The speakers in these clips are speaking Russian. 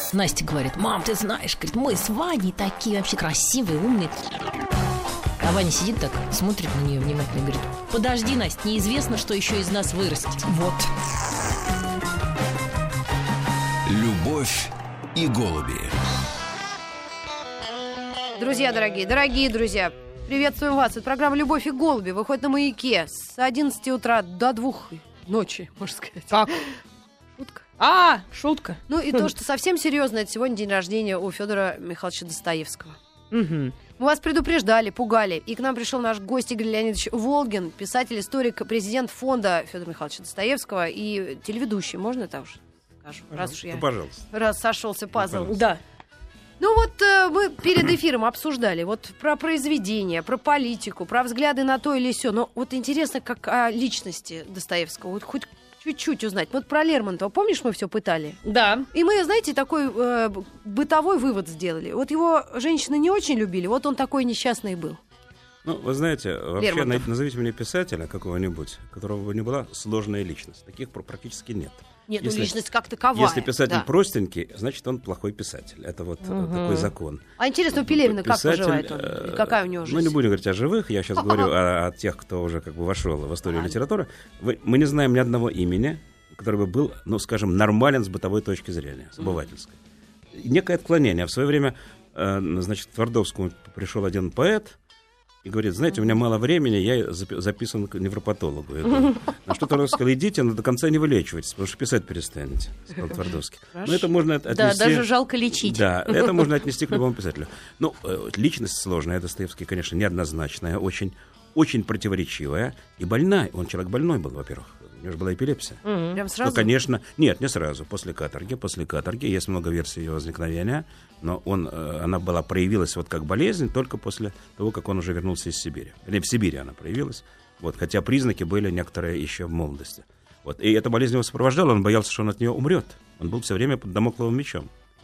Настя говорит: мам, ты знаешь, говорит, мы с Ваней такие вообще красивые, умные. А Ваня сидит так, смотрит на нее внимательно и говорит: подожди, Настя, неизвестно, что еще из нас вырастет. Вот. Любовь и голуби. Друзья дорогие друзья, приветствуем вас. Это программа «Любовь и голуби» выходит на Маяке с 11 утра до 2 ночи, можно сказать. Как? Шутка. Шутка. Ну и то, что совсем серьезно, это сегодня день рождения у Федора Михайловича Достоевского. Угу. Мы вас предупреждали, пугали. И к нам пришел наш гость Игорь Леонидович Волгин, писатель, историк, президент фонда Федора Михайловича Достоевского и телеведущий. Можно это уже скажу? Раз уж я... Пожалуйста. Раз сошелся пазл. Да. Ну вот мы перед эфиром обсуждали вот про произведения, про политику, про взгляды на то или сё. Но вот интересно, как о личности Достоевского. Вот хоть чуть-чуть узнать. Вот про Лермонтова, помнишь, мы все пытали? Да. И мы, знаете, такой бытовой вывод сделали. Вот его женщины не очень любили, вот он такой несчастный был. Ну, вы знаете, вообще Лермонтов. назовите мне писателя какого-нибудь, у которого бы не была сложная личность. Таких практически нет. Нет, Если- ну личность как таковая. Если писатель да. простенький, значит, он плохой писатель. Это вот такой закон. А интересно, у Пелевина как Писатель, поживает он? И какая у него жизнь? Ну, не будем говорить о живых, я сейчас говорю о тех, кто уже как бы вошел в историю литературы. Мы не знаем ни одного имени, который бы был, ну, скажем, нормален с бытовой точки зрения, с обывательской. Некое отклонение. В свое время, значит, к Твардовскому пришел один поэт и говорит: знаете, у меня мало времени, я записан к невропатологу. На что Твардовский сказал: идите, но до конца не вылечивайтесь, потому что писать перестанете, сказал Твардовский. Но это можно отнести... Да, даже жалко лечить. Да, это можно отнести к любому писателю. Ну, личность сложная, Достоевский, конечно, неоднозначная, очень, очень противоречивая и больная. Он человек больной был, во-первых. У него же была эпилепсия. Прям сразу? Ну, конечно, нет, не сразу, после каторги. Есть много версий ее возникновения, но она проявилась вот как болезнь только после того, как он уже вернулся из Сибири. Или в Сибири она проявилась, вот, хотя признаки были некоторые еще в молодости. Вот, и эта болезнь его сопровождала, он боялся, что он от нее умрет. Он был все время под дамокловым мечом.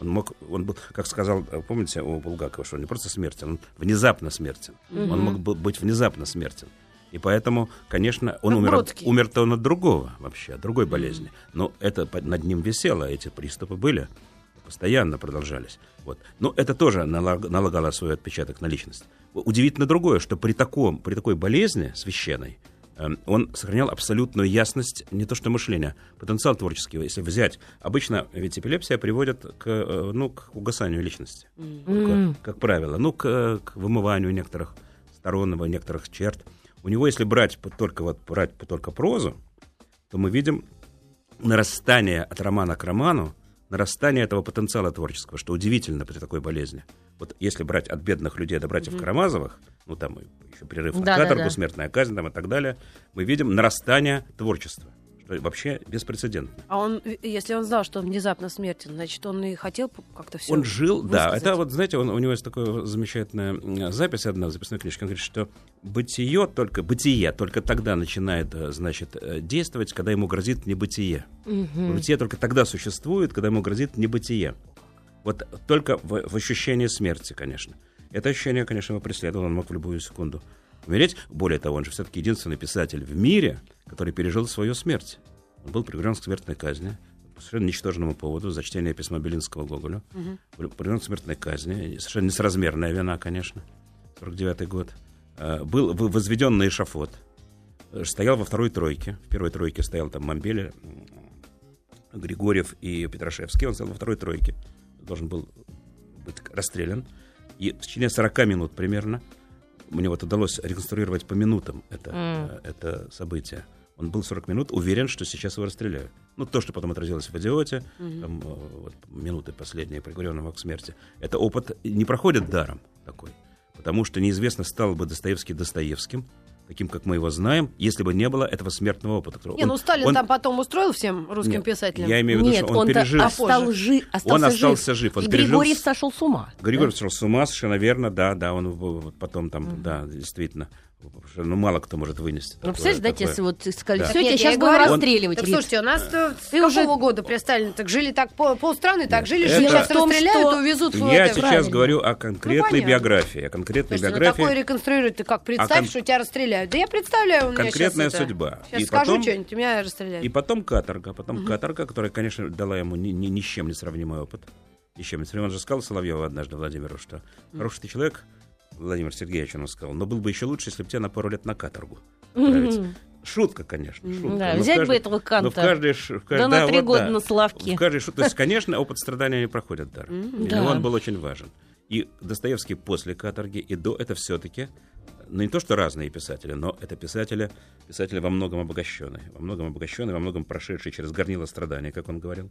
Он был, как сказал, помните, у Булгакова, что он не просто смертен, он внезапно смертен. Он мог быть внезапно смертен. И поэтому, конечно, он умер-то он от другого вообще, от другой болезни. Но это над ним висело, эти приступы были, постоянно продолжались. Вот. Но это тоже налагало свой отпечаток на личность. Удивительно другое, что при такой болезни священной он сохранял абсолютную ясность не то что мышления, потенциал творческий. Если взять, обычно ведь эпилепсия приводит к угасанию личности, как правило, к вымыванию некоторых сторон, некоторых черт. У него, если брать только прозу, то мы видим нарастание от романа к роману, нарастание этого потенциала творческого, что удивительно при такой болезни. Вот если брать от бедных людей до братьев Карамазовых, ну там еще перерыв на каторгу, смертная казнь там, и так далее, мы видим нарастание творчества, что вообще беспрецедентно. А если он знал, что он внезапно смертен, значит, он и хотел как-то все. Он жил, высказать. да. Это вот, знаете, у него есть такая замечательная запись одна в записной книжке. Он говорит, что бытие только тогда начинает, значит, действовать, когда ему грозит небытие. Бытие только тогда существует, когда ему грозит небытие. Вот только в ощущении смерти, конечно. Это ощущение, конечно, его преследовало. Он мог в любую секунду умереть. Более того, он же все-таки единственный писатель в мире, который пережил свою смерть. Он был приговорен к смертной казни по совершенно ничтожному поводу за чтение письма Белинского Гоголю. Был приговорен к смертной казни. Совершенно несоразмерная вина, конечно. 49-й год. Был возведен на эшафот. Стоял во второй тройке. В первой тройке стоял там Мамбеля, Григорьев и Петрашевский. Он стоял во второй тройке. Должен был быть расстрелян. И в течение 40 минут примерно мне вот удалось реконструировать по минутам это событие. Он был 40 минут уверен, что сейчас его расстреляют. Ну, то, что потом отразилось в «Идиоте», там, вот, минуты последние приговоренного к смерти. Это опыт не проходит даром такой. Потому что неизвестно, стал бы Достоевский Достоевским, таким, как мы его знаем, если бы не было этого смертного опыта. Сталин там потом устроил всем русским писателям. Я имею в виду, что он пережил. Он остался жив. И Григорьев сошел с ума. Григорьев сошел с ума, совершенно верно, да, он потом там, да, действительно, мало кто может вынести. Ну, представляете, дайте, если вот сказали, Да. все, Нет, тебя сейчас я будем говорю, расстреливать. Так, слушайте, у нас с Ты какого года при Сталине так жили так полстраны, так жили, что Это- сейчас в том, расстреляют что и увезут в Я это. сейчас правильно. говорю о конкретной понятно. биографии. О конкретной Слушайте, биографии. такое реконструировать, ты как представь, что тебя расстреляют. Да я представляю, у меня Конкретная сейчас судьба. Сейчас И скажу потом- что-нибудь, и меня расстреляют. И потом каторга, которая, конечно, дала ему ни с чем не сравнимый опыт. еще. Он же сказал Соловьеву однажды Владимиру, что хороший ты человек, Владимир Сергеевич, он сказал, но было бы еще лучше, если бы тебя на пару лет на каторгу отправить. Шутка, конечно, шутка. Да, взять бы этого Канта, да на 3 года на Славки. В каждой шутке, то есть, конечно, опыт страдания не проходит даром. И он был очень важен. И Достоевский после каторги и до, это все-таки, ну не то что разные писатели, но это писатели во многом обогащенные, во многом прошедшие через горнило страдания, как он говорил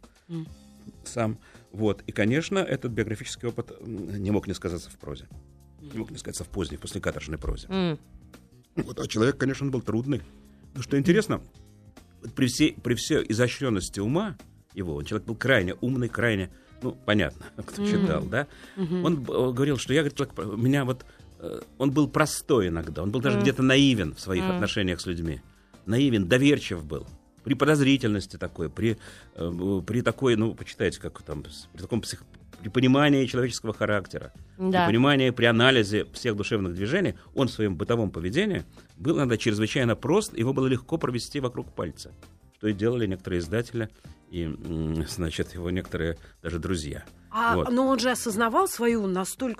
сам. Вот. И, конечно, этот биографический опыт не мог не сказаться в прозе. Не мог не сказаться в поздней, послекаторжной прозе. Вот. А человек, конечно, он был трудный. Но что интересно, при всей изощренности ума его, человек был крайне умный, крайне, ну, понятно, кто читал, да? Он говорил, что я, говорит, меня вот... Он был простой иногда, он был даже где-то наивен в своих отношениях с людьми. Наивен, доверчив был. При подозрительности такой, при такой, ну, почитайте, как там, при понимании человеческого характера, при понимании, при анализе всех душевных движений, он в своем бытовом поведении был иногда чрезвычайно прост, его было легко провести вокруг пальца, что и делали некоторые издатели и, значит, его некоторые даже друзья. Но он же осознавал свою настолько,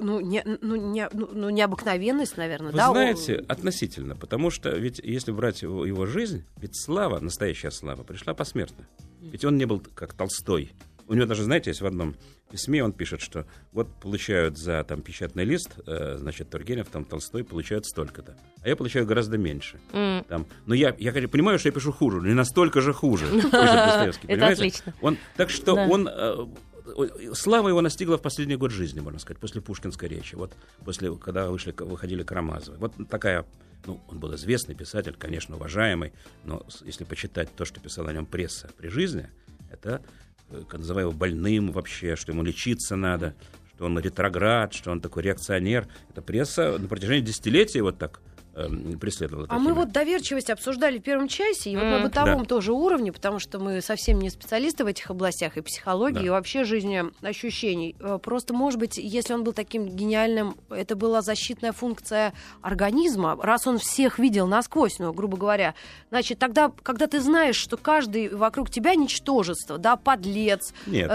необыкновенность, наверное, Вы знаете, относительно, потому что ведь если брать его жизнь, ведь слава, настоящая слава, пришла посмертно. Ведь он не был как Толстой. У него даже, знаете, есть в одном письме он пишет, что вот получают за там печатный лист, значит, Тургенев, там Толстой получают столько-то, а я получаю гораздо меньше. Там. Но я конечно, понимаю, что я пишу хуже, но не настолько же хуже, пишет Достоевский, это отлично. Так что он... Слава его настигла в последний год жизни, можно сказать, после пушкинской речи, вот после, когда выходили Карамазовы. Вот такая, ну, он был известный писатель, конечно, уважаемый, но если почитать то, что писала о нем пресса при жизни, это, называя его больным вообще, что ему лечиться надо, что он ретроград, что он такой реакционер. Эта пресса на протяжении десятилетий вот так преследовала. А мы вот доверчивость обсуждали в первом часе, и вот на бытовом тоже уровне, потому что мы совсем не специалисты в этих областях, и психологии, и вообще жизнеощущений. Просто, может быть, если он был таким гениальным, это была защитная функция организма, раз он всех видел насквозь, ну, грубо говоря. Значит, тогда, когда ты знаешь, что каждый вокруг тебя ничтожество, да, подлец,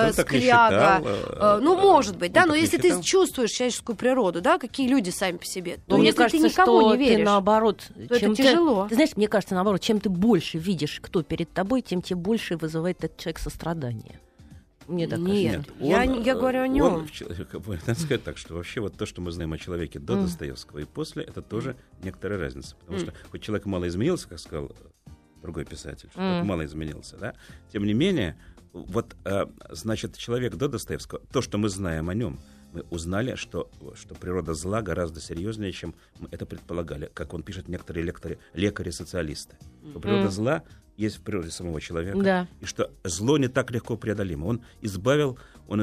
скряга, ну, может быть, да, но если ты чувствуешь человеческую природу, да, какие люди сами по себе, то мне если кажется, ты никому не веришь, наоборот, чем это тяжело. Ты знаешь, мне кажется, наоборот, чем ты больше видишь, кто перед тобой, тем тебе больше вызывает этот человек сострадание. Мне так кажется. Нет, я говорю о нем. Надо сказать так, что вообще вот то, что мы знаем о человеке до Достоевского и после, это тоже некоторая разница. Потому что хоть человек мало изменился, как сказал другой писатель, что человек мало изменился, да, тем не менее, вот, значит, человек до Достоевского, то, что мы знаем о нем, мы узнали, что природа зла гораздо серьезнее, чем мы это предполагали, как он пишет некоторые лекари-социалисты. Что природа зла есть в природе самого человека, и что зло не так легко преодолимо. Он избавил,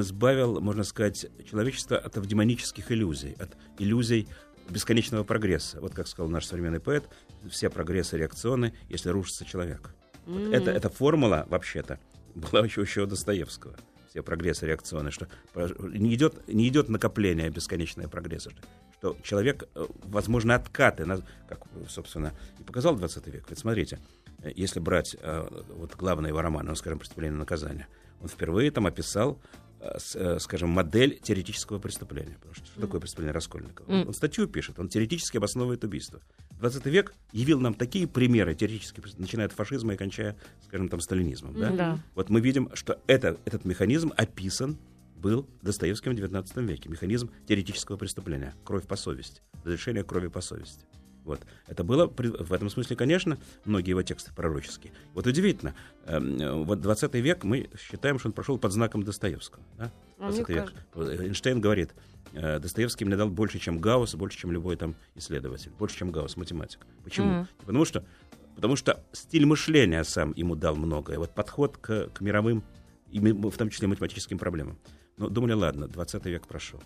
можно сказать, человечество от демонических иллюзий, от иллюзий бесконечного прогресса. Вот как сказал наш современный поэт, все прогрессы реакционны, если рушится человек. Вот эта формула, вообще-то, была еще у Достоевского. Все прогрессы реакционные, что не идет накопление бесконечного прогресса, что человек, возможно, откаты, как, собственно, и показал 20 век. Ведь смотрите, если брать вот главный его роман, скажем, «Преступление и наказание», он впервые там описал, скажем, модель теоретического преступления. Потому что такое преступление Раскольникова? Он статью пишет, он теоретически обосновывает убийство. 20 век явил нам такие примеры теоретически, начиная от фашизма и кончая, скажем, там, сталинизмом. Да? Вот мы видим, что этот механизм описан был Достоевским в XIX веке. Механизм теоретического преступления. Кровь по совести. Разрешение крови по совести. Вот. Это было, в этом смысле, конечно, многие его тексты пророческие. Вот удивительно, вот 20 век мы считаем, что он прошел под знаком Достоевского. Да? 20 век. Эйнштейн говорит, Достоевский мне дал больше, чем Гаусс, больше, чем любой там исследователь, больше, чем Гаусс, математик. Почему? Потому что стиль мышления сам ему дал многое. Вот подход к мировым, в том числе математическим проблемам. Но думали, ладно, 20 век прошел.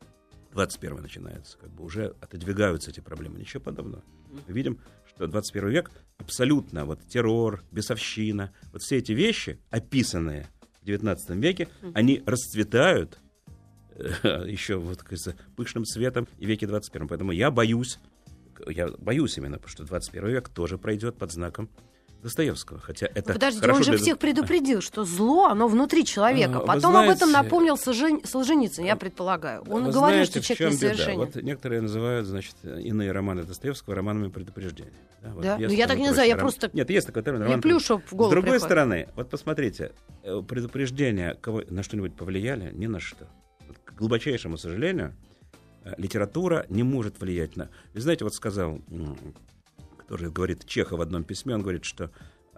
21 начинается, как бы уже отодвигаются эти проблемы. Ничего подобного. Мы видим, что 21 век абсолютно вот террор, бесовщина, вот все эти вещи, описанные в 19 веке, они расцветают еще вот, кажется, пышным цветом и в веке 21. Поэтому я боюсь именно, потому что 21 век тоже пройдет под знаком Достоевского. Хотя это Подождите, хорошо он же для... всех предупредил, что зло, оно внутри человека. Вы Потом знаете, об этом напомнил Солженицын, я предполагаю. Он вы говорил, знаете, что в человек чем беда? несовершенен. Вот некоторые называют, значит, иные романы Достоевского романами предупреждения. Да? Вот Да? «Пьеса» Ну, я так не называю, я просто Нет, есть такой термин. леплю, чтоб в голову С другой приходит. стороны, вот посмотрите, предупреждения кого на что-нибудь повлияли? Ни на что. Вот, к глубочайшему сожалению, литература не может влиять на... Вы знаете, вот сказал, который говорит Чехов в одном письме, он говорит, что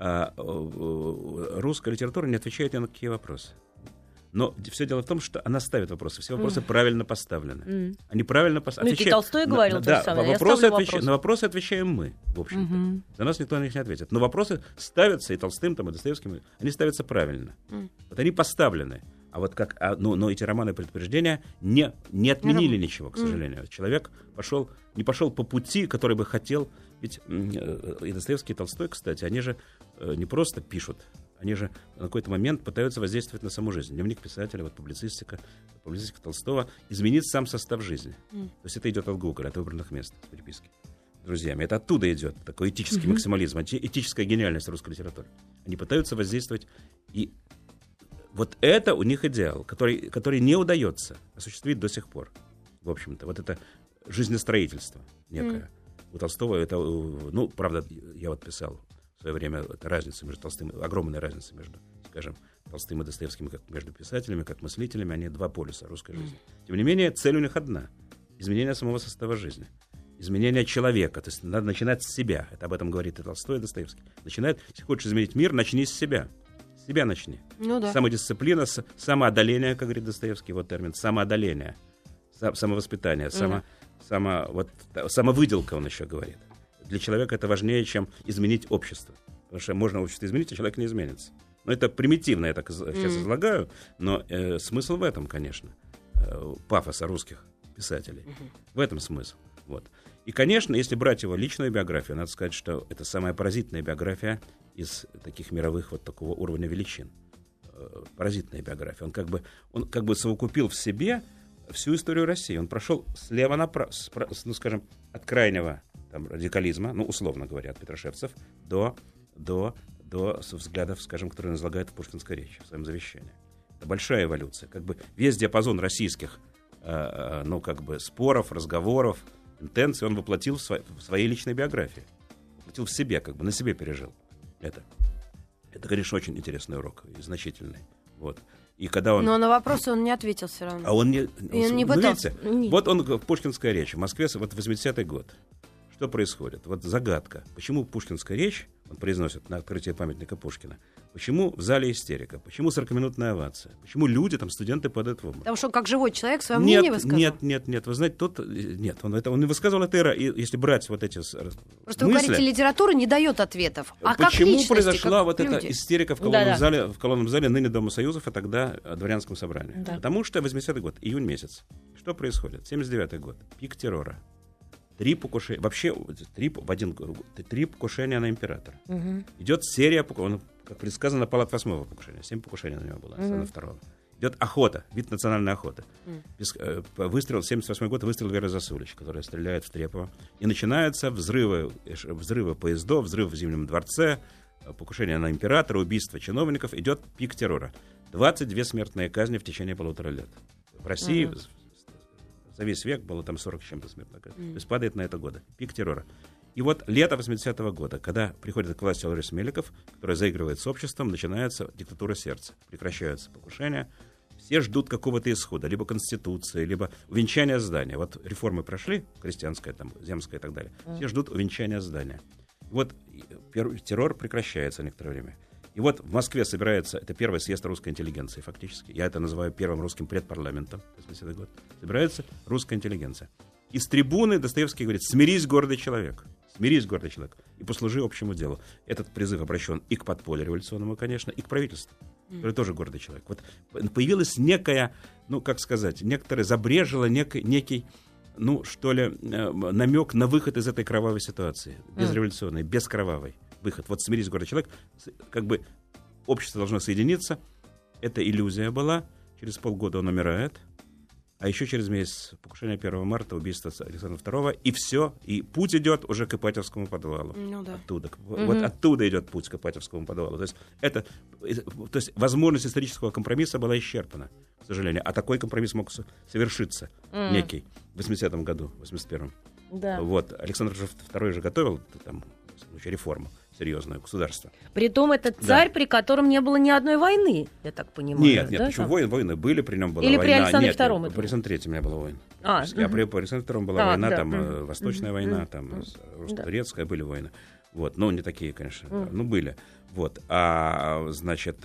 русская литература не отвечает ни на какие вопросы. Но все дело в том, что она ставит вопросы. Все вопросы правильно поставлены. Они правильно поставлены. Ну, и Толстой говорил то же самое. На вопросы отвечаем мы, в общем-то. За нас никто на них не ответит. Но вопросы ставятся и Толстым, там, и Достоевским, они ставятся правильно. Вот они поставлены. А вот как, но эти романы предупреждения не отменили ничего, к сожалению. Человек не пошел по пути, который бы хотел. Ведь и Достоевский, и Толстой, кстати, они же не просто пишут, они же на какой-то момент пытаются воздействовать на саму жизнь. Дневник писателя, вот публицистика Толстого, изменить сам состав жизни. То есть это идет от Гоголя, от выбранных мест, с переписки с друзьями. Это оттуда идет такой этический максимализм, этическая гениальность русской литературы. Они пытаются воздействовать, и вот это у них идеал, который не удается осуществить до сих пор. В общем-то, вот это жизнестроительство некое. У Толстого это, ну, правда, я вот писал в свое время, это разница между Толстым, огромная разница между, скажем, Толстым и Достоевским, как между писателями, как мыслителями, они два полюса русской жизни. Тем не менее, цель у них одна — изменение самого состава жизни, изменение человека, то есть надо начинать с себя, это об этом говорит и Толстой, и Достоевский. Если хочешь изменить мир, начни с себя. С себя начни. Ну, да. Самодисциплина, самоодоление, как говорит Достоевский, вот термин, самоодоление, самовоспитание, самовыделка, он еще говорит. Для человека это важнее, чем изменить общество. Потому что можно общество изменить, а человек не изменится. Но это примитивно, я так сейчас излагаю, но смысл в этом, конечно, пафоса русских писателей. В этом смысл. Вот. И, конечно, если брать его личную биографию, надо сказать, что это самая поразительная биография из таких мировых вот такого уровня величин. Поразительная биография. Он как бы совокупил в себе всю историю России. Он прошел слева направо, ну, скажем, от крайнего там, радикализма, ну, условно говоря, от петрошевцев, до взглядов, скажем, которые он излагает в пушкинской речи, в своем завещании. Это большая эволюция. Как бы весь диапазон российских ну, как бы споров, разговоров, интенций он воплотил в своей личной биографии. Воплотил в себе, как бы на себе пережил это. Это, конечно, очень интересный урок и значительный. Вот. И когда он... Но на вопросы он не ответил все равно. А он не пытался. Видите, нет. Вот он в пушкинской речи в Москве, вот 80-й год. Что происходит? Вот загадка. Почему пушкинская речь, он произносит на открытии памятника Пушкина, почему в зале истерика? Почему 40-минутная овация? Почему люди, там, студенты падают в обморок? Потому что как живой человек свое мнение высказал. Нет. Вы знаете, он не высказывал это, и если брать вот эти Просто мысли, вы говорите, литература не дает ответов. А как почему личности, произошла как вот люди? эта истерика в колонном зале ныне Дома Союзов, а тогда дворянском собрании? Да. Потому что 80-й год, июнь месяц. Что происходит? 79-й год, пик террора. 3 покушения, вообще в один год, 3 покушения на императора. Идет серия, как предсказано, напал от 8-го покушения, 7 покушений на него было, на 2-го. Идет охота, вид национальной охоты. Выстрел, 78-й год, выстрел Веры Засулич, которая стреляет в Трепово. И начинаются взрывы поездов, взрыв в Зимнем дворце, покушение на императора, убийство чиновников. Идет пик террора. 22 смертные казни в течение 1,5 лет. В России за весь век было там 40 с чем-то смертных казней. То есть падает на это годы. Пик террора. И вот лето 80-го года, когда приходит к власти Ларис Меликов, который заигрывает с обществом, начинается диктатура сердца. Прекращаются покушения. Все ждут какого-то исхода. Либо конституции, либо увенчания здания. Вот реформы прошли, крестьянская, там, земская и так далее. Все ждут увенчания здания. И вот террор прекращается некоторое время. И вот в Москве собирается, это первый съезд русской интеллигенции фактически. Я это называю первым русским предпарламентом. 80-й год. Собирается русская интеллигенция. И с трибуны Достоевский говорит: смирись, гордый человек. Смирись, гордый человек, и послужи общему делу. Этот призыв обращен и к подполью революционному, конечно, и к правительству, который тоже гордый человек. Вот появилась некая, ну, как сказать, некоторое забрежило некий, ну, что ли, намек на выход из этой кровавой ситуации. Безреволюционной, бескровавой. Выход. Вот смирись, гордый человек. Как бы общество должно соединиться. Это иллюзия была. Через полгода он умирает. а еще через месяц покушение 1 марта, убийство Александра II, и все, и путь идет уже к Ипатьевскому подвалу. Ну, да. Оттуда. Вот оттуда идет путь к Ипатьевскому подвалу. То есть возможность исторического компромисса была исчерпана, к сожалению. А такой компромисс мог совершиться некий в 80-м году, в 81-м. Да. Вот. Александр II же готовил там реформу серьезное государство. Притом это царь, при котором не было ни одной войны, я так понимаю. Нет, да, почему войны были, при нем была или война. Или при Александре II? Нет, при Александре III не было войн. А при Александре II была война, там Восточная война, там русско-турецкая, были войны. Вот, но не такие, конечно, но были. Вот, значит,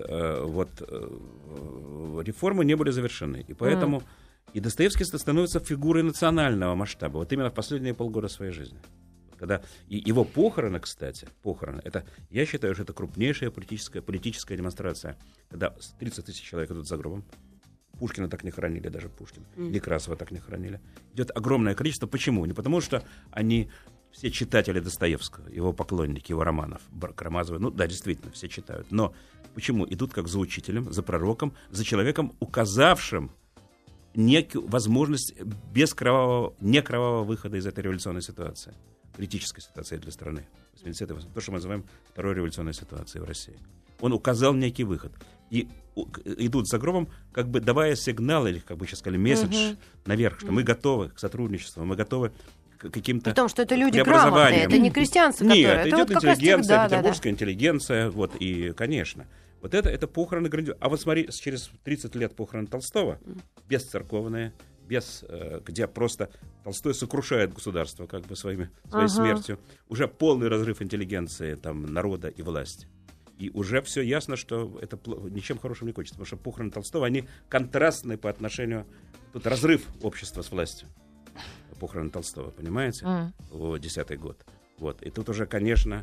реформы не были завершены, и поэтому и Достоевский становится фигурой национального масштаба, вот именно в последние полгода своей жизни. Когда и его похороны, кстати, это, я считаю, что это крупнейшая политическая демонстрация. Когда 30 тысяч человек идут за гробом. Пушкина так не хоронили, даже Пушкина. Некрасова так не хоронили. Идет огромное количество. Почему? Не потому, что они все читатели Достоевского, его поклонники, его романов, Карамазовой. Ну да, действительно, все читают. Но почему? Идут как за учителем, за пророком, за человеком, указавшим некую возможность без некровавого выхода из этой революционной ситуации. Критической ситуации для страны. 80-е, то, что мы называем второй революционной ситуацией в России. Он указал некий выход. И идут за гробом, как бы давая сигнал, или, как бы сейчас сказали, месседж наверх, что мы готовы к сотрудничеству, мы готовы к каким-то потому что это люди грамотные, это не крестьянцы, которые... Нет, это идет вот интеллигенция, петербургская интеллигенция, вот, и, конечно. Вот это похороны грандиозные. А вот смотри, через 30 лет похороны Толстого, бесцерковные, где просто Толстой сокрушает государство как бы своей смертью. Уже полный разрыв интеллигенции, там, народа и власти. И уже все ясно, что это ничем хорошим не кончится. Потому что похороны Толстого, они контрастны по отношению... Тут разрыв общества с властью. Похороны Толстого, понимаете? 10-й год. Вот. И тут уже, конечно,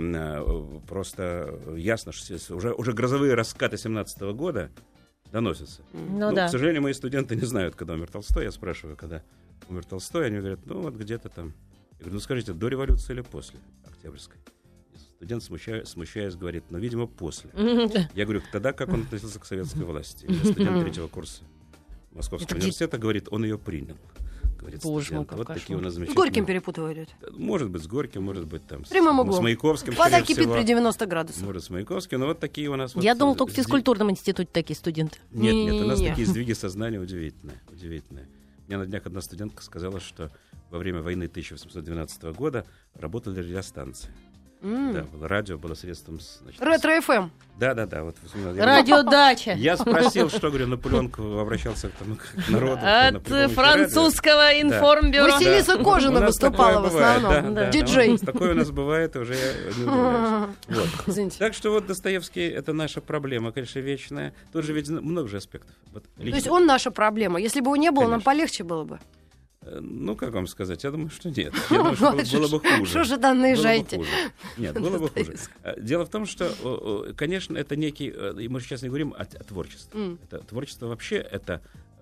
просто ясно, что уже грозовые раскаты 17-го года доносятся. К сожалению, мои студенты не знают, когда умер Толстой. Я спрашиваю, когда умер Толстой, они говорят, вот где-то там. Я говорю, скажите, до революции или после Октябрьской? И студент, смущаясь, говорит, видимо, после. Я говорю, тогда как он относился к советской власти? И студент 3-го курса Московского университета говорит, он ее принял. Говорит, Боже мой, вот такие у нас с Горьким перепутывают. Может быть, с Горьким, может быть, там с Маяковским. Вода кипит при 90 градусах. Может, с Маяковским, но вот такие у нас... Я думал, только в физкультурном институте такие студенты. Нет, у нас такие сдвиги сознания удивительные. Мне на днях одна студентка сказала, что во время войны 1812 года работали радиостанции. Да, было радио, было средством... Ретро-ФМ. Да. Вот, Радиодача. Я спросил, что, говорю, Наполеон обращался к народу. От французского информбюро. Василиса Кожина выступала в основном. Диджей. Такое у нас бывает, уже я не удивляюсь. Так что вот Достоевский — это наша проблема, конечно, вечная. Тут же ведь много же аспектов. То есть он наша проблема. Если бы его не было, нам полегче было бы. Как вам сказать? Я думаю, что нет. Я думаю, что было бы хуже. Что же там наезжаете? Нет, было бы хуже. Дело в том, что, конечно, это некий... Мы сейчас не говорим о творчестве. Это творчество вообще, это...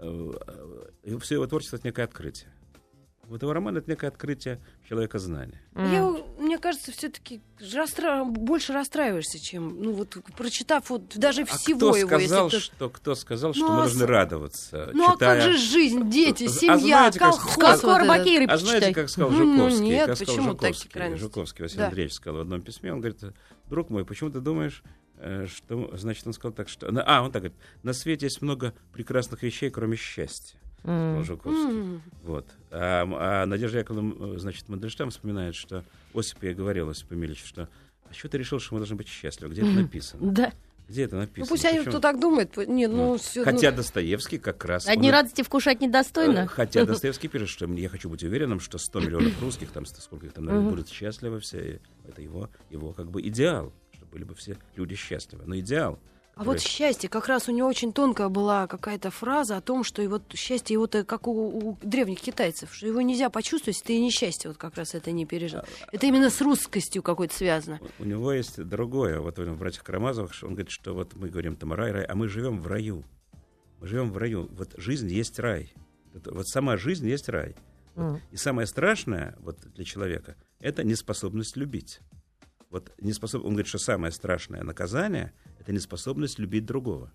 Все его творчество — это некое открытие. Вот его роман — это некое открытие человекознания. Мне кажется, все-таки больше расстраиваешься, чем, прочитав даже всего его. Кто сказал, что мы должны радоваться? А как же жизнь, дети, семья, колхоз? Скоро Бакиры почитать. А знаете, как сказал Жуковский? Нет, почему такие крайности? Жуковский Василий Андреевич сказал в одном письме, он говорит, друг мой, почему ты думаешь, что... Значит, он сказал так, что... он так говорит, на свете есть много прекрасных вещей, кроме счастья. Жуковский. Вот. А Надежда Яковлевна, Мандельштам вспоминает, что Осип ей говорил, Осип Эмильевич, что а что ты решил, что мы должны быть счастливы? Где это написано? Да. Где это написано? Пусть они кто так думает. Хотя Достоевский как раз... Одни радости вкушать недостойно. Хотя Достоевский пишет, что я хочу быть уверенным, что 100 миллионов русских, там сколько их там, наверное, будут счастливы все. Это его как бы идеал, что были бы все люди счастливы. Но идеал. А вот счастье, как раз у него очень тонкая была какая-то фраза о том, что счастье его-то как у древних китайцев, что его нельзя почувствовать, если ты несчастье вот как раз это не пережил. Это именно с русскостью какой-то связано. У него есть другое. Вот в «Братьях Карамазовых» он говорит, что вот мы говорим там рай, а мы живем в раю. Мы живем в раю. Вот жизнь есть рай. Вот сама жизнь есть рай. Вот. И самое страшное вот для человека — это неспособность любить. Он говорит, что самое страшное наказание — это неспособность любить другого.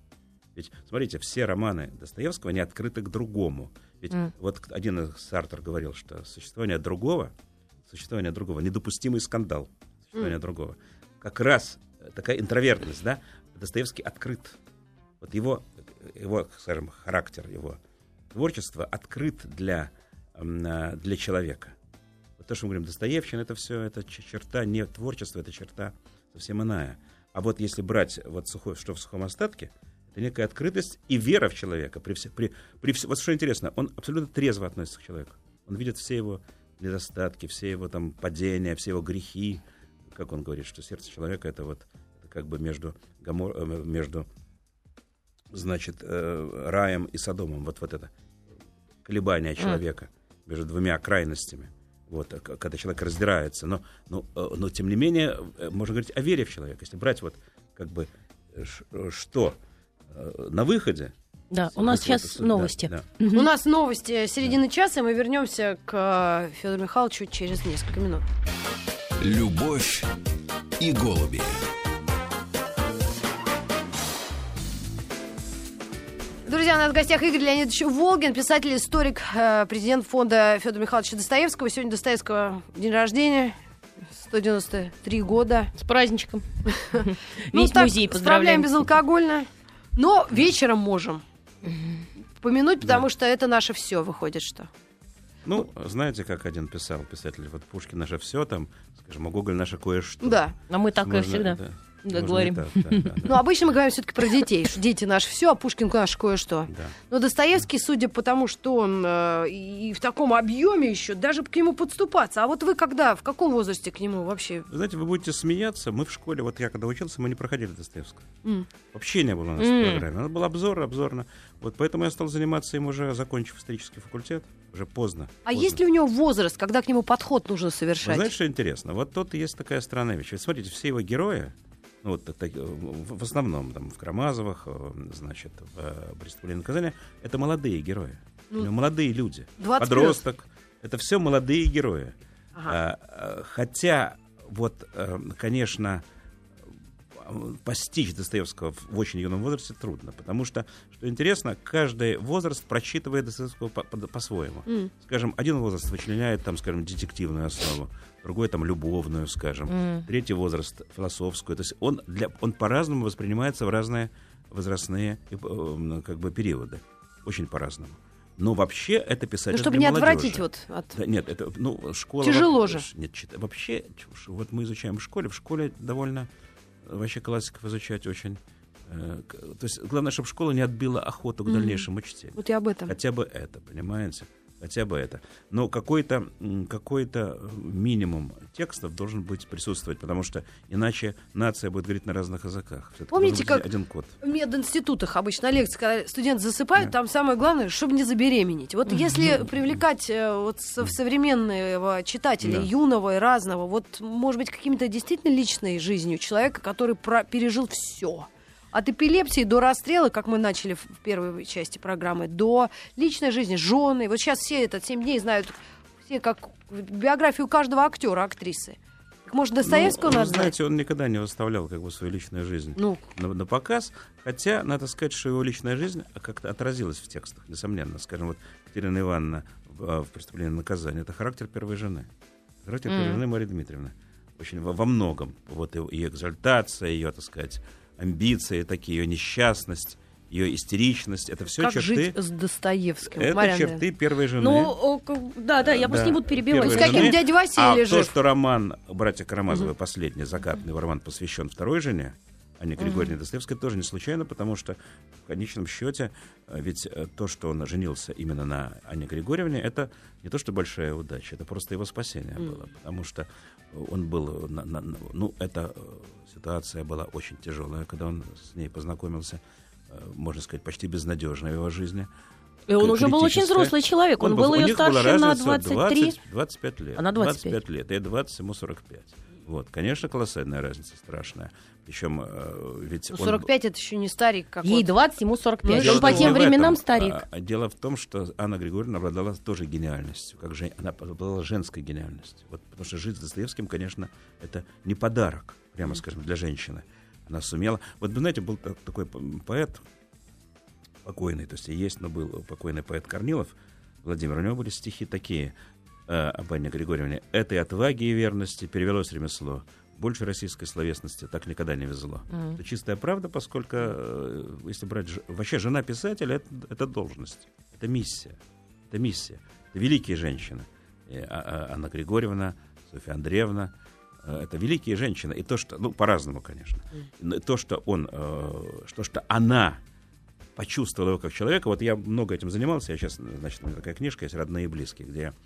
Ведь, смотрите, все романы Достоевского, они открыты к другому. Ведь вот один из Сартр говорил, что существование другого недопустимый скандал. Существование другого. Как раз такая интровертность, да? Достоевский открыт. Вот его, скажем, характер, его творчество открыт для человека. Вот то, что мы говорим, Достоевщина, это все, это черта не творчества, это черта совсем иная. А вот если брать вот что в сухом остатке, это некая открытость и вера в человека. Вот что интересно, он абсолютно трезво относится к человеку. Он видит все его недостатки, все его там падения, все его грехи. Как он говорит, что сердце человека это вот как бы между значит, раем и Содомом. Вот это колебание человека между двумя крайностями. Вот, когда человек раздирается. Но тем не менее, можно говорить о вере в человека. Если брать вот как бы что на выходе. Да, у нас сейчас новости. Да. У нас новости середины часа, и мы вернемся к Федору Михайловичу через несколько минут. Любовь и голуби. Друзья, у нас в гостях Игорь Леонидович Волгин, писатель, историк, президент фонда Федора Михайловича Достоевского. Сегодня Достоевского день рождения, 193 года. С праздничком. Весь музей поздравляем безалкогольно, но вечером можем помянуть, потому что это наше все, выходит, что. Ну, знаете, как один писатель, вот Пушкин наше все, там, скажем, а Гоголь наше кое-что. Да. А мы так и всегда. Да, говорим. Да. Ну, обычно мы говорим все-таки про детей, что дети наши все, а Пушкин наш кое-что. Да. Но Достоевский, судя по тому, что он и в таком объеме еще, даже к нему подступаться. А вот вы когда, в каком возрасте к нему вообще? Вы знаете, вы будете смеяться. Мы в школе, вот я когда учился, мы не проходили Достоевского. Вообще не было у нас в программе. Это был обзорно. Вот поэтому я стал заниматься им уже, закончив исторический факультет. Уже поздно. А есть ли у него возраст, когда к нему подход нужно совершать? Вы знаете, что интересно? Вот тут есть такая странная вещь. Вот смотрите, все его герои, ну, вот, в основном там, в Карамазовых, значит, в «Преступлении и наказании», это молодые герои, молодые люди. Подросток. Это все молодые герои. Ага. Хотя, вот, конечно, постичь Достоевского в очень юном возрасте трудно, потому что интересно, каждый возраст прочитывает Достоевского по-своему. Скажем, один возраст вычленяет, там, скажем, детективную основу, другой там любовную, скажем, третий возраст философскую. То есть он по-разному воспринимается в разные возрастные как бы периоды. Очень по-разному. Но вообще это писатель для чтобы не молодежи. Отвратить вот от... Да, нет, это, школа... Тяжело же. Нет, вообще, вот мы изучаем в школе довольно... Вообще классиков изучать очень... то есть главное, чтобы школа не отбила охоту к дальнейшему чтению. Вот и об этом. Хотя бы это, понимаете? Хотя бы это. Но какой-то минимум текстов должен быть присутствовать, потому что иначе нация будет говорить на разных языках. Все-таки помните, как один код. в мединститутах обычно лекции, когда студенты засыпают, там самое главное, чтобы не забеременеть. Вот если привлекать вот современного читателя, юного и разного, вот, может быть, какими-то действительно личной жизнью человека, который пережил все. От эпилепсии до расстрела, как мы начали в первой части программы, до личной жизни, жены. Вот сейчас все 7 дней знают, все как биографию каждого актера, актрисы. Так, может, Достоевского надо знать? Знаете, он никогда не выставлял как бы свою личную жизнь на показ, хотя надо сказать, что его личная жизнь как-то отразилась в текстах, несомненно. Скажем, вот Екатерина Ивановна в «Преступлении и наказании» — это характер первой жены. Характер первой жены Марии Дмитриевны. Очень во многом. Вот ее экзальтация, ее, так сказать, амбиции такие, ее несчастность, ее истеричность, это все как черты... жить с Достоевским? Это Марьяна. черты первой жены. Ну, да, я просто не буду перебивать. С каким дядя Василий жив? То, что роман «Братья Карамазовы», последний, закатный роман, посвящен второй жене, Анне Григорьевне Достоевской, тоже не случайно, потому что в конечном счете ведь то, что он женился именно на Анне Григорьевне, это не то, что большая удача, это просто его спасение было, потому что он был... эта ситуация была очень тяжелая, когда он с ней познакомился, можно сказать, почти безнадежно в его жизни. И он уже был очень взрослый человек. Он был ее старше на 23. 25 лет. Она 25 лет. Ей 20, ему 45. Вот, конечно, колоссальная разница, страшная. Причем ведь 45 это еще не старик какой-то. Ей 20, ему 45. Ну, он по тем временам старик. Дело в том, что Анна Григорьевна обладала тоже гениальностью. Она обладала женской гениальностью. Вот, потому что жить с Достоевским, конечно, это не подарок, прямо скажем, для женщины. Она сумела... Вот, вы знаете, был такой поэт, покойный, то есть и есть, но был покойный поэт Корнилов Владимир, у него были стихи такие об Анне Григорьевне. «Этой отваги и верности перевелось ремесло. Больше российской словесности так никогда не везло». Это чистая правда, поскольку, если брать... Вообще, жена писателя — это должность, это миссия. Это миссия. Это великие женщины. Анна Григорьевна, Софья Андреевна. Это великие женщины. И то, что... Ну, по-разному, конечно. То, что она почувствовала его как человека. Вот я много этим занимался. Я сейчас, значит, у меня такая книжка есть «Родные и близкие», где я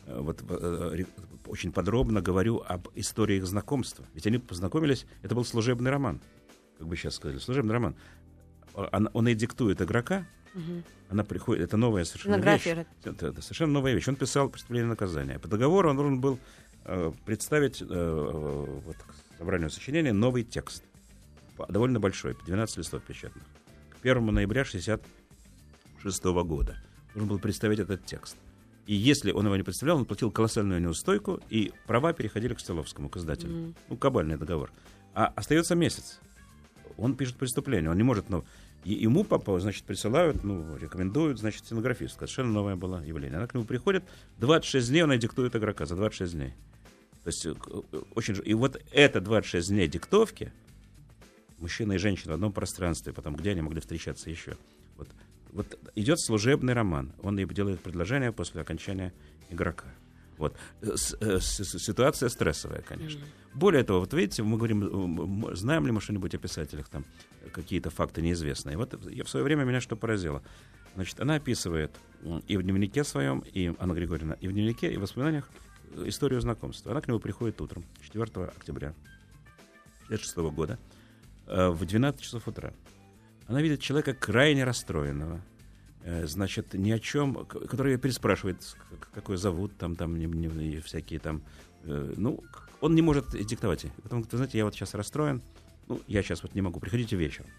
очень подробно говорю об истории их знакомства. Ведь они познакомились, это был служебный роман, как бы сейчас сказали, служебный роман. Он ей диктует игрока, она приходит, это новая совершенно вещь. Это совершенно новая вещь. Он писал «Преступление и наказание». По договору он должен был представить к собранию сочинения новый текст, довольно большой, 12 листов печатных. К 1 ноября 1966 года должен был представить этот текст. И если он его не представлял, он платил колоссальную неустойку, и права переходили к Столовскому, к издателю. Кабальный договор. А остается месяц. Он пишет «Преступление». Он не может... И ему, значит, присылают, рекомендуют, значит, стенографистку. Совершенно новое было явление. Она к нему приходит, 26 дней она диктует игрока, за 26 дней. То есть очень... И вот это 26 дней диктовки, мужчина и женщина в одном пространстве, потом где они могли встречаться еще. Вот идет служебный роман. Он ей делает предложение после окончания игрока. Вот. Ситуация стрессовая, конечно. Более того, вот видите, мы говорим, знаем ли мы что-нибудь о писателях, там какие-то факты неизвестные. Вот в свое время меня что поразило. Значит, она описывает и в дневнике своем, и Анна Григорьевна, и в дневнике, и в воспоминаниях историю знакомства. Она к нему приходит утром, 4 октября 1966 года, в 12 часов утра. Она видит человека крайне расстроенного, значит, ни о чем, который ее переспрашивает, как ее зовут, там всякие там... он не может диктовать. Потом говорит: вы знаете, я вот сейчас расстроен, я сейчас вот не могу, приходите вечером.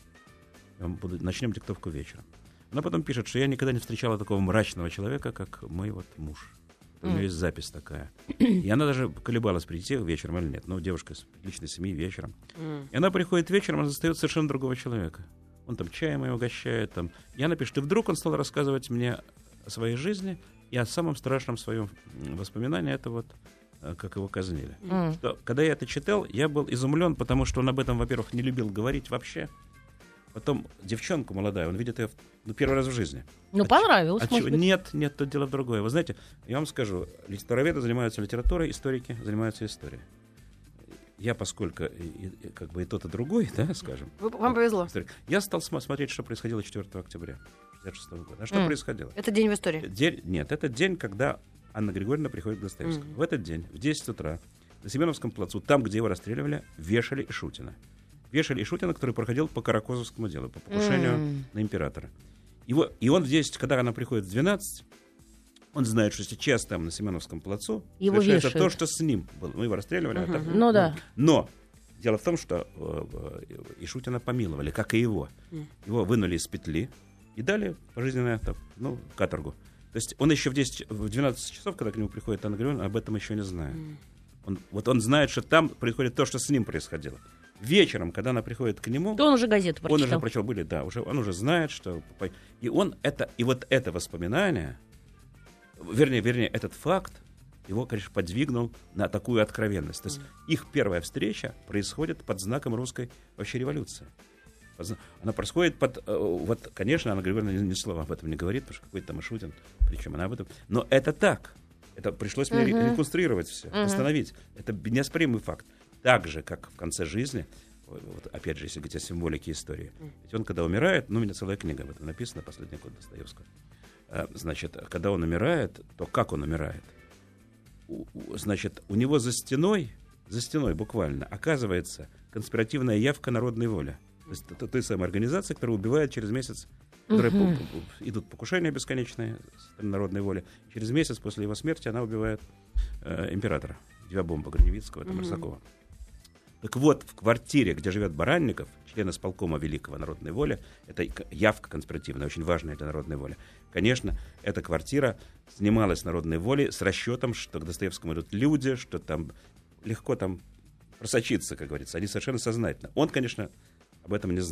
Начнем диктовку вечером. Она потом пишет, что я никогда не встречала такого мрачного человека, как мой вот муж. У нее есть запись такая. И она даже колебалась, прийти вечером или нет. Девушка из приличной семьи вечером. И она приходит вечером, она застает совершенно другого человека. Он там чаем ее угощает. И она пишет, и вдруг он стал рассказывать мне о своей жизни и о самом страшном своем воспоминании, это вот как его казнили. Что, когда я это читал, я был изумлен, потому что он об этом, во-первых, не любил говорить вообще. Потом девчонку молодая, он видит ее первый раз в жизни. Понравилось, может быть. Нет, тут дело в другое. Вы знаете, я вам скажу, литературоведы занимаются литературой, историки занимаются историей. Я, поскольку и тот, и другой, да, скажем. Вам повезло. Я стал смотреть, что происходило 4 октября 1966 года. А что происходило? Это день в истории? Нет, это день, когда Анна Григорьевна приходит к Достоевскому. В этот день, в 10 утра, на Семеновском плацу, там, где его расстреливали, вешали Ишутина. Вешали Ишутина, который проходил по Каракозовскому делу, по покушению на императора. И он в 10, когда она приходит в 12, он знает, что сейчас там на Семеновском плацу его совершается вешают. то, что с ним было. Мы его расстреливали. Да. Но дело в том, что Ишутина помиловали, как и его. Его вынули из петли и дали пожизненную каторгу. То есть он еще в 12 часов, когда к нему приходит Анна Григорьевна, об этом еще не знает. Он знает, что там происходит то, что с ним происходило. Вечером, когда она приходит к нему... То он уже газету прочитал. Он уже прочел, он уже знает, что... И вот это воспоминание... Вернее, этот факт его, конечно, подвигнул на такую откровенность. То есть их первая встреча происходит под знаком русской вообще революции. Она происходит конечно, Анна Григорьевна ни слова об этом не говорит, потому что какой-то там Ишутин, причем она об этом... Но это так. Это пришлось мне реконструировать все, восстановить. Это неоспоримый факт. Так же, как в конце жизни, опять же, если говорить о символике истории. Ведь он, когда умирает, у меня целая книга об этом написана, «Последний год Достоевского». Значит, когда он умирает, то как он умирает? Значит, у него за стеной буквально оказывается конспиративная явка народной воли. То есть это той самой организации, которая убивает через месяц, которые идут покушения бесконечные народной воли. Через месяц после его смерти она убивает императора, Дьявомба, Гриневицкого, Марсакова. Так вот, в квартире, где живет Баранников, член исполкома Великого народной воли, это явка конспиративная, очень важная для народной воли. Конечно, эта квартира снималась народной волей с расчетом, что к Достоевскому идут люди, что там легко там просочиться, как говорится. Они совершенно сознательно. Он, конечно, об этом не знал.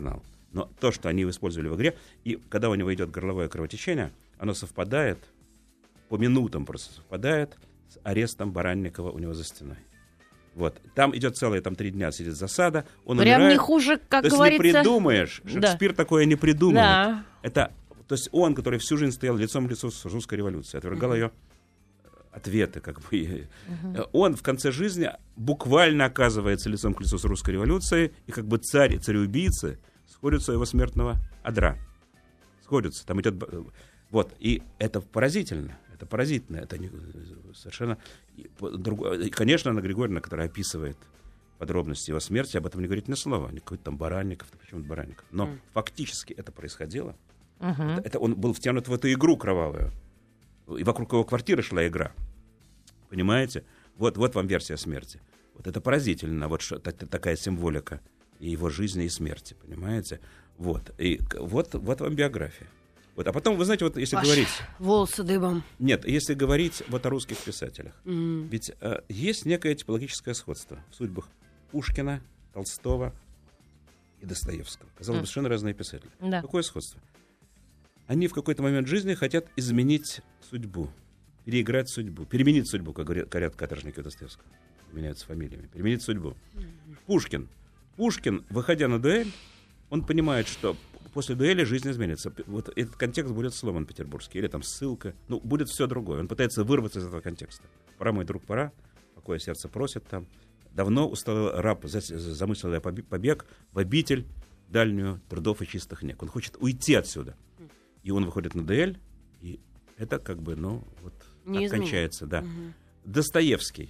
Но то, что они использовали в игре, и когда у него идет горловое кровотечение, оно совпадает, по минутам просто совпадает с арестом Баранникова у него за стеной. Вот. Там идет целые 3 дня, сидит засада, он Прям умирает. не хуже, как то говорится. есть не придумаешь. Шекспир такое не придумывает. Да. Это, то есть он, который всю жизнь стоял лицом к лицу с русской революцией, отвергал ее ответы, как бы. Он в конце жизни буквально оказывается лицом к лицу с русской революцией, и как бы царь и цареубийцы сходятся у его смертного одра. Сходятся. Там идет... Вот. И это поразительно. Это поразительно. Это совершенно... И, конечно, Анна Григорьевна, которая описывает подробности его смерти, об этом не говорит ни слова. Никакой там Баранников, почему-то Баранников. Но фактически это происходило. Это он был втянут в эту игру кровавую. И вокруг его квартиры шла игра. Понимаете? Вот вам версия смерти. Вот это поразительно. Вот такая символика и его жизни, и смерти. Понимаете? Вот. И вот вам биография. Вот. А потом, вы знаете, вот если говорить... волосы дыбом. Нет, если говорить вот о русских писателях. Ведь есть некое типологическое сходство в судьбах Пушкина, Толстого и Достоевского. Казалось бы, совершенно разные писатели. Да. Какое сходство? Они в какой-то момент жизни хотят изменить судьбу, переиграть судьбу, переменить судьбу, как говорят каторжники у Достоевского. Меняются фамилиями. Переменить судьбу. Пушкин, выходя на дуэль, он понимает, что после дуэли жизнь изменится. Вот этот контекст будет сломан петербургский, или там ссылка. Ну, будет все другое. Он пытается вырваться из этого контекста. Пора, мой друг, пора. Покое сердце просит там. Давно усталый раб замыслил побег в обитель дальнюю трудов и чистых нег. Он хочет уйти отсюда. И он выходит на дуэль, и это как бы, так кончается, да. Достоевский.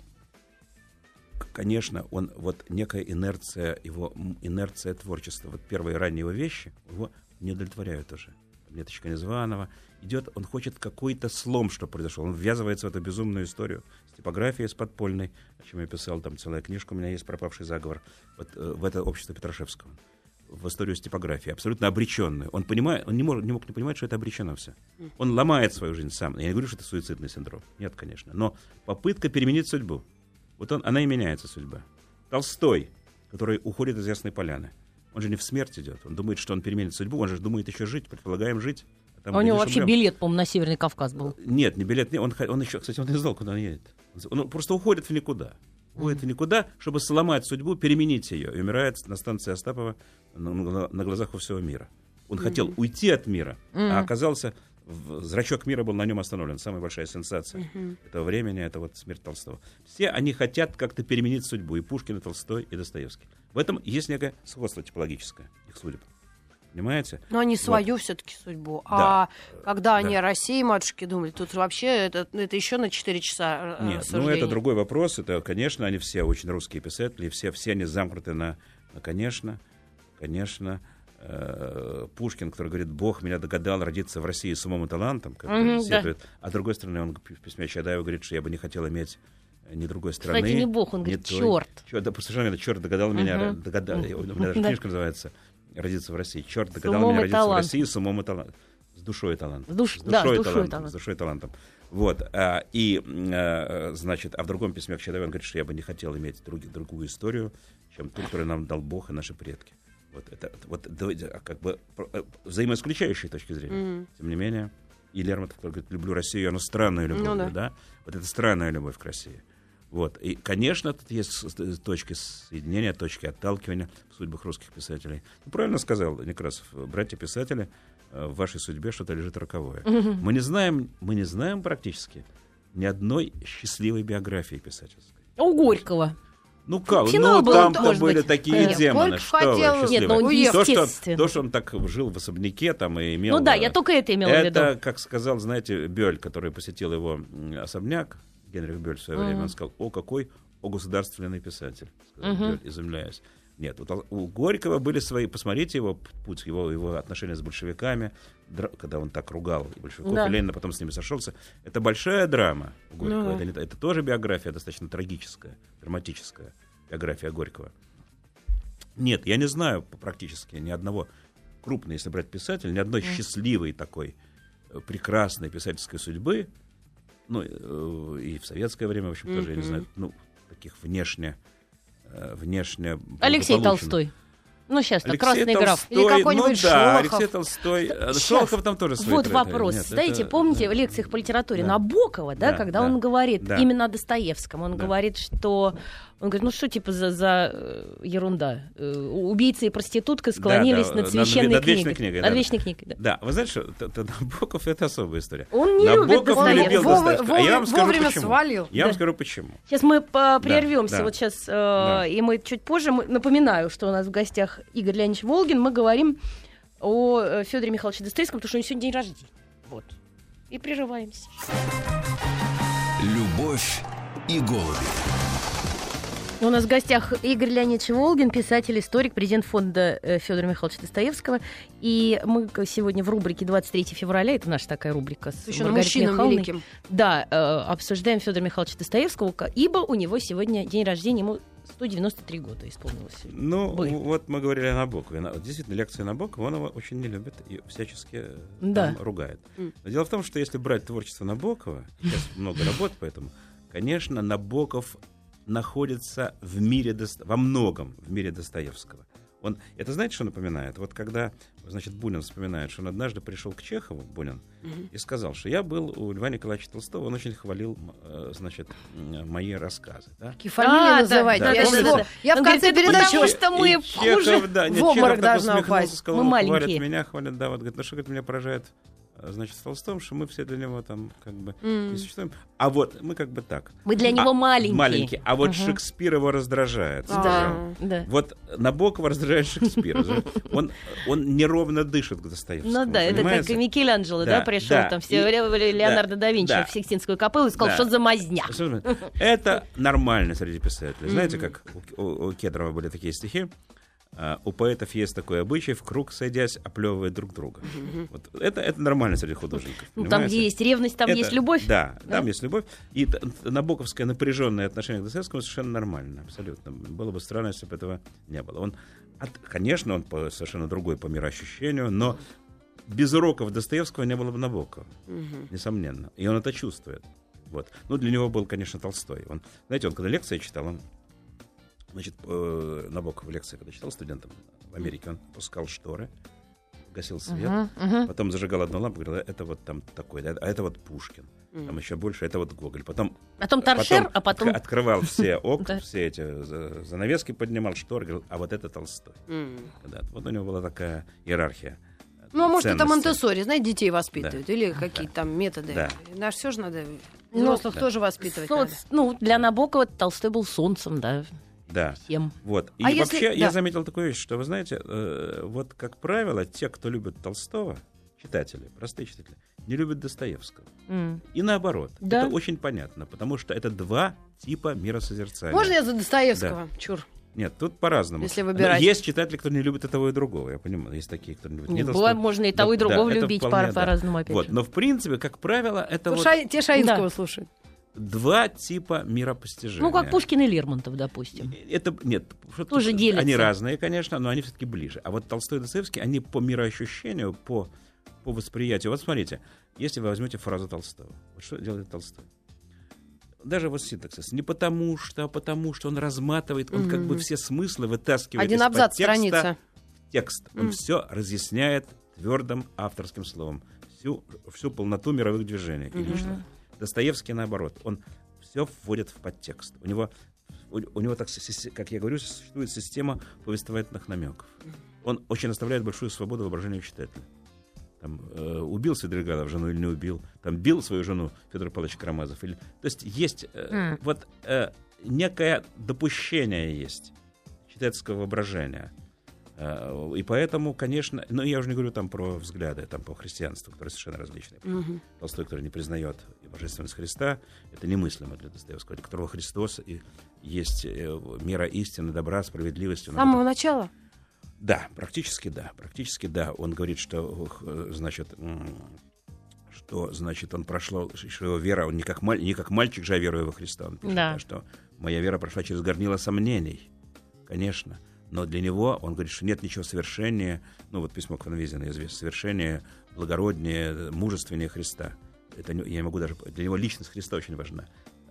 Конечно, он, некая инерция, его инерция творчества. Вот первые ранние его вещи его не удовлетворяют уже. Неточка Незваного. Идет, он хочет какой-то слом, что произошел. Он ввязывается в эту безумную историю с типографией, с подпольной, о чем я писал, там целая книжка у меня есть «Пропавший заговор», в это общество Петрашевского. В историю с типографией, абсолютно обреченную. Он понимает, он не мог не понимать, что это обречено все. Он ломает свою жизнь сам. Я не говорю, что это суицидный синдром. Нет, конечно. Но попытка переменить судьбу. Она и меняется, судьба. Толстой, который уходит из Ясной Поляны. Он же не в смерть идет. Он думает, что он переменит судьбу. Он же думает еще жить, предполагаем жить. У него вообще билет, по-моему, на Северный Кавказ был. Нет, не билет. Он еще, кстати, он не знал, куда он едет. Он просто уходит в никуда. Уходит в никуда, чтобы сломать судьбу, переменить ее. И умирает на станции Остапова на глазах у всего мира. Он хотел уйти от мира, а оказался... Зрачок мира был на нем остановлен. Самая большая сенсация этого времени — это смерть Толстого. Все они хотят как-то переменить судьбу. И Пушкин, и Толстой, и Достоевский. В этом есть некое сходство типологическое их судеб. Понимаете? Но они свою все-таки судьбу. Да. А когда они о России, матушки, думали, тут вообще это еще на 4 часа Нет, рассуждений. Это другой вопрос. Это, конечно, они все очень русские писатели. Все они замкнуты на конечно. Пушкин, который говорит: Бог меня догадал родиться в России с умом и талантом, как сетует. А с другой стороны, он в письме Чадаеву говорит, что я бы не хотел иметь ни другой страны. Кстати, не Бог, он говорит, черт. Да, совершенно черт догадал меня. У меня даже книжка называется «Родиться в России». Черт догадал меня родиться в России с умом и талантом. С душой и талантом. С душой и талантом. Вот. Значит, в другом письме к Чадаеву он говорит, что я бы не хотел иметь другую историю, чем ту, которую нам дал Бог и наши предки. Это как бы взаимоисключающие точки зрения. Тем не менее, и Лермонтов говорит: люблю Россию, она странная любовь, да? Вот это странная любовь к России. Вот. И, конечно, тут есть точки соединения, точки отталкивания в судьбах русских писателей. Правильно сказал Некрасов: братья-писатели, в вашей судьбе что-то лежит роковое. Мы не знаем практически ни одной счастливой биографии писательской. У Горького. Ну как? Финал был, там-то были такие демоны. Что То, что он так жил в особняке там и имел... Ну да, я только это имела в виду. Это, как сказал, знаете, Бёль, который посетил его особняк, Генрих Бёль в свое время, он сказал: какой государственный писатель, сказал Бёль, изумляясь. Нет, у Горького были свои... Посмотрите его путь, его отношения с большевиками, когда он так ругал и большевиков, и Ленина потом с ними сошелся. Это большая драма у Горького. Это тоже биография достаточно трагическая, драматическая биография Горького. Нет, я не знаю практически ни одного крупного, если брать писателя, ни одной счастливой такой прекрасной писательской судьбы, и в советское время, в общем, тоже, я не знаю, таких внешне Алексей Толстой. Ну, сейчас-то Алексей красный граф. Толстой, Или какой-нибудь ну, да, Шолохов. Алексей Толстой. Сейчас. Шолохов там тоже свои Вот треки. вопрос. Нет, Знаете, это- помните да. в лекциях по литературе Да. Набокова, да, Да, когда да. он говорит Да. именно о Достоевском, он Да. говорит, что... Он говорит, ну что типа за ерунда? Убийца и проститутка склонились Да, над над священной вечной книгой. книгой, Над да. вечной книгой, да. Да, вы знаете, что Набоков — это особая история. Он не любит Набоков не любил Достоевского. Достоевского. А я вам скажу, Вовремя почему. свалил. Я вам Да. скажу, почему. Сейчас мы прервемся. да. Вот сейчас, Да. и мы чуть позже, напоминаю, что у нас в гостях Игорь Леонидович Волгин. Мы говорим о Федоре Михайловиче Достоевском, потому что у него сегодня день рождения. Вот. И прерываемся. «Любовь и голуби». У нас в гостях Игорь Леонидович Волгин, писатель, историк, президент фонда Федора Михайловича Достоевского. И мы сегодня в рубрике 23 февраля, это наша такая рубрика с Еще на Маргаритой мужчинам Михайловной, великим. да, обсуждаем Федора Михайловича Достоевского, ибо у него сегодня день рождения, ему 193 года исполнилось. Ну, Будет. вот мы говорили о Набокове. Действительно, лекции Набокова он его очень не любит и всячески Да. там ругает. Но дело в том, что если брать творчество Набокова, сейчас много работ, поэтому, конечно, Набоков находится в мире во многом в мире Достоевского. Это знаете, что напоминает? Вот когда, значит, Бунин вспоминает, что он однажды пришел к Чехову, Бунин, и сказал, что я был у Льва Николаевича Толстого, он очень хвалил, значит, мои рассказы. Да? Какие фамилии называть? да, Я помните? шло. Я в Он конце говорит, это передачи... потому что мы И Чехов, хуже да, нет, в обморок Чехов так должна усмехнулся, упасть. сказал, Мы хвалят маленькие. меня, хвалят, да, вот, говорит, ну что, говорит, меня поражает, значит, в Толстом, что мы все для него там как бы не существуем. А вот мы как бы так. Мы для него маленькие. Маленькие. А вот Шекспир его раздражает. скажем. Да. Вот Набокова раздражает Шекспира. Он неровно дышит к Достоевскому. Ну да, это как понимаете? и Микеланджело, да, Да, пришел да. там все Леонардо да Винчи да. в Сикстинскую капеллу и сказал, Да. что за мазня. Это нормально среди писателей. Знаете, как у Кедрова были такие стихи? У поэтов есть такой обычай, в круг сойдясь, оплевывать друг друга. Вот это нормально среди художников. Ну, там, понимаете? где есть ревность, там Это- есть любовь. Да, там есть любовь. И набоковское напряженное отношение к Достоевскому совершенно нормально, абсолютно. Было бы странно, если бы этого не было. Конечно, он совершенно другой по мироощущению, но без уроков Достоевского не было бы Набокова, несомненно. И он это чувствует. Вот. Ну, для него был, конечно, Толстой. Знаете, он когда лекции читал, значит, Набоков лекции, когда читал студентам в Америке, он пускал шторы, гасил свет, потом зажигал одну лампу, говорил, это вот там такой, а это вот Пушкин, там еще больше, это вот Гоголь. Потом Торшер, а потом... открывал все окна, Да. все эти занавески поднимал, шторы, говорил, а вот это Толстой. Да, вот у него была такая иерархия. Ну, а может, это ценностей. Монтессори, знаете, детей воспитывают. Или какие-то там методы. Да. Наш все же надо взрослых тоже воспитывать. надо. Ну, для Набокова Толстой был солнцем, да, Да. всем. Вот. И А если- вообще я да. заметил такую вещь, что, вы знаете, вот, как правило, те, кто любит Толстого, читатели, простые читатели, не любят Достоевского. И наоборот. Да. Это очень понятно, потому что это два типа миросозерцания. Можно я за Достоевского? Чур. Нет, тут по-разному. Если выбирать. Но есть читатели, кто не любит и того, и другого. Я понимаю, есть такие, кто не любит. Не, Толстого. бывает, можно и того, и другого это любить вполне, да. по-разному, опять Вот. же. Но, в принципе, как правило, это вот Те Шаинского Да. слушают. два типа миропостижения. Ну, как Пушкин и Лермонтов, допустим. Нет, Тоже делятся. Они разные, конечно, но они все-таки ближе. А вот Толстой и Достоевский, они по мироощущению, по восприятию. Вот смотрите, если вы возьмете фразу Толстого, вот что делает Толстой? Даже вот синтаксис. Не потому что, а потому что он разматывает, он как бы все смыслы вытаскивает Один из-под абзац, текста страница. в текст. Он все разъясняет твердым авторским словом. Всю полноту мировых движений и личных. Достоевский, наоборот, он все вводит в подтекст. У него, так, как я говорю, существует система повествовательных намеков. Он очень оставляет большую свободу воображению читателя. Там, убил Свидригайлов жену или не убил, там, бил свою жену Федор Павлович Карамазов. То есть есть вот некое допущение есть читательского воображения. И поэтому, конечно, но я уже не говорю там про взгляды, там по христианству, которые совершенно различные. Толстой, который не признает божественность Христа, это немыслимо для Достоевского, для которого Христос и есть мера истины, добра, справедливости. С самого начала? Да, практически да. Он говорит, что, значит, он прошел, что его вера, он не как мальчик же, я верую во Христа. Он пишет, Да. что моя вера прошла через горнило сомнений, конечно. Но для него, он говорит, что нет ничего совершеннее, ну вот письмо к Ван Визену известно, совершеннее, благороднее, мужественнее Христа. Это я не могу даже... Для него личность Христа очень важна.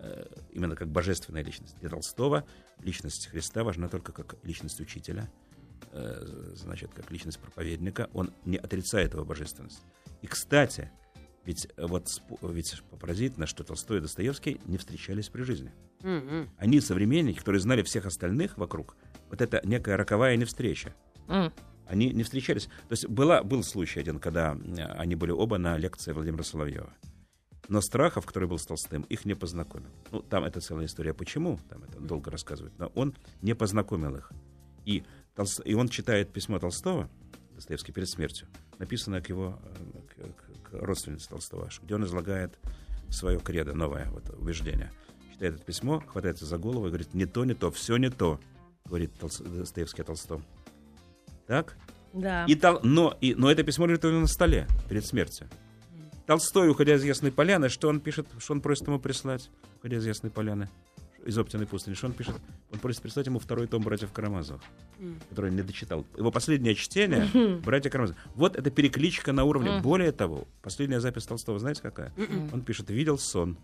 Именно как божественная личность. Для Толстого личность Христа важна только как личность учителя, значит, как личность проповедника, он не отрицает его божественность. И, кстати, ведь поразительно, что Толстой и Достоевский не встречались при жизни. Они современники, которые знали всех остальных вокруг. Вот это некая роковая невстреча. Они не встречались. То есть был случай один, когда они были оба на лекции Владимира Соловьева. Но Страхов, который был с Толстым, их не познакомил. Ну, там это целая история. Почему? Там это долго рассказывать. Но он не познакомил их. И он читает письмо Толстого, Достоевский, перед смертью, написанное к его к родственнице Толстого, где он излагает свое кредо, новое убеждение. Читает это письмо, хватается за голову и говорит: не то, все не то, говорит Достоевский о Толстом. Так? Да. Но это письмо лежит у него на столе перед смертью. Толстой, уходя из Ясной Поляны, что он пишет, что он просит ему прислать, уходя из Ясной Поляны, из Оптиной пустыни, что он пишет? Он просит прислать ему второй том «Братьев Карамазовых», который он не дочитал. Его последнее чтение «Братья Карамазовы». Вот это перекличка на уровне. Более того, последняя запись Толстого, знаете, какая? Он пишет: «Видел сон.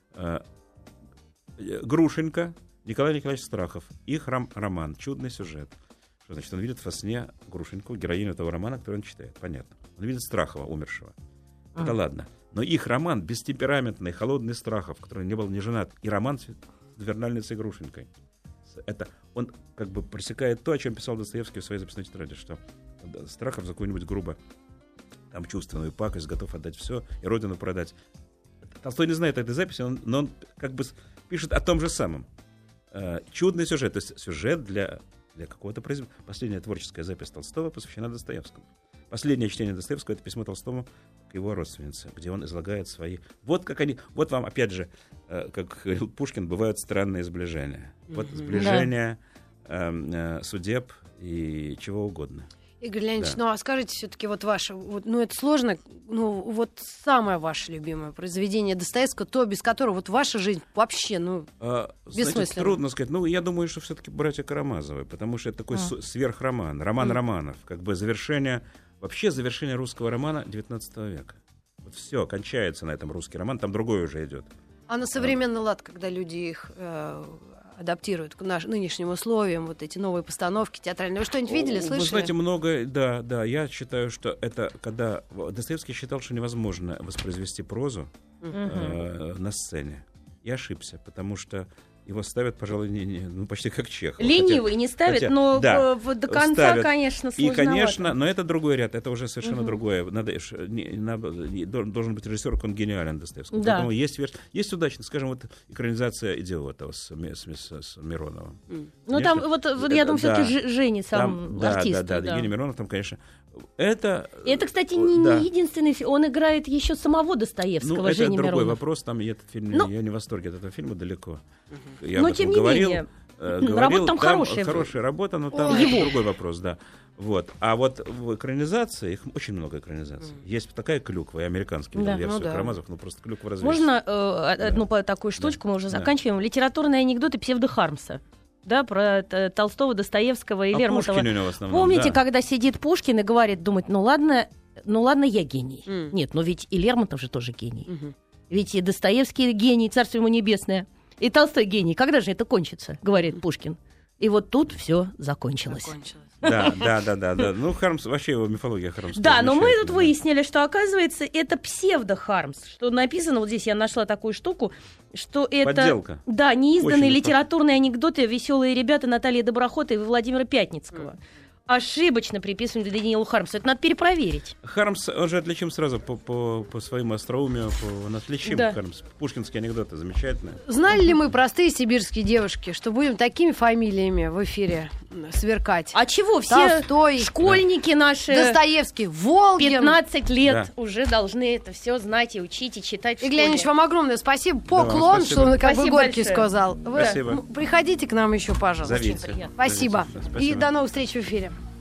Грушенька, Николай Николаевич Страхов. Их роман. Чудный сюжет». Что значит? Он видит во сне Грушеньку, героиню этого романа, который он читает. Понятно. Он видит Страхова, умершего. Это ладно. Но их роман бестемпераментный, холодный Страхов, который не был не женат, и роман с вернальницей Грушенькой. Это он как бы пресекает то, о чем писал Достоевский в своей записной тетради, что Страхов за какую-нибудь грубо там чувственную пакость готов отдать все и родину продать. Толстой не знает этой записи, но он как бы пишет о том же самом. Чудный сюжет, то есть сюжет для какого-то произведения. Последняя творческая запись Толстого посвящена Достоевскому. Последнее чтение Достоевского — это письмо Толстому к его родственнице, где он излагает свои... Вот вам, опять же, как говорил Пушкин, бывают странные сближения. Вот сближения судеб и чего угодно. Игорь Леонидович, ну а скажите все-таки ваше, это сложно, самое ваше любимое произведение Достоевского, то, без которого ваша жизнь вообще, бессмысленна. Трудно сказать. Я думаю, что все-таки «Братья Карамазовы», потому что это такой сверхроман, роман романов, как бы завершение русского романа XIX века. Вот все, кончается на этом русский роман, там другой уже идет. А на современный лад, когда люди их адаптируют к нынешним условиям, эти новые постановки театральные. Вы что-нибудь видели, слышали? Вы знаете, много, да. Я считаю, что это когда... Достоевский считал, что невозможно воспроизвести прозу на сцене. Я ошибся, потому что его ставят, пожалуй, почти как Чехова. Ленивый не ставит, но до конца, ставят. Конечно, сложновато. И, конечно, но это другой ряд, это уже совершенно другое. Должен быть режиссер, он гениален, Достоевский. Да. Поэтому есть удачно, скажем, экранизация «Идиота» с Мироновым. Там, я думаю, все-таки Женя сам артист. Да, Евгений Миронов там, конечно... Это, кстати, не единственный фильм. Он играет еще самого Достоевского, Женя Миронов. Это другой вопрос. Там этот фильм, я не в восторге от этого фильма далеко. Но тем не менее, работа там хорошая. Хорошая работа, но там другой вопрос, да. А в экранизации, их очень много экранизаций. Есть такая клюква, и американские версии Карамазов, просто клюква развесит. Можно одну такую штучку, мы уже заканчиваем. Литературные анекдоты псевдохармса. Да, про Толстого, Достоевского и Лермонтова. Пушкин у него в основном, помните, когда сидит Пушкин и говорит, думает, ладно, я гений. Нет, но ведь и Лермонтов же тоже гений. Ведь и Достоевский гений, царство ему небесное, и Толстой гений. Когда же это кончится, говорит Пушкин. И тут все закончилось. Да. Хармс, вообще его мифология Хармса. Да, но мы тут выяснили, что, оказывается, это псевдо-Хармс. Что написано, здесь я нашла такую штуку, что это... Подделка. Да, неизданные литературные анекдоты «Веселые ребята» Натальи Доброхотой и Владимира Пятницкого. Ошибочно приписываем Даниилу Хармсу. Это надо перепроверить. Хармс, он же отличим сразу по своему остроумию, он отличим. Да. Хармс. Пушкинские анекдоты замечательные. Знали ли мы, простые сибирские девушки, что будем такими фамилиями в эфире сверкать? А чего? Все Толстой, школьники наши, Достоевский, Волгин, 15 лет уже должны это все знать и учить, и читать. Игорь Леонидович, вам огромное спасибо. Поклон, что он как бы Горький сказал. Спасибо. Приходите к нам еще, пожалуйста. Зовите. Спасибо. Спасибо. И до новых встреч в эфире.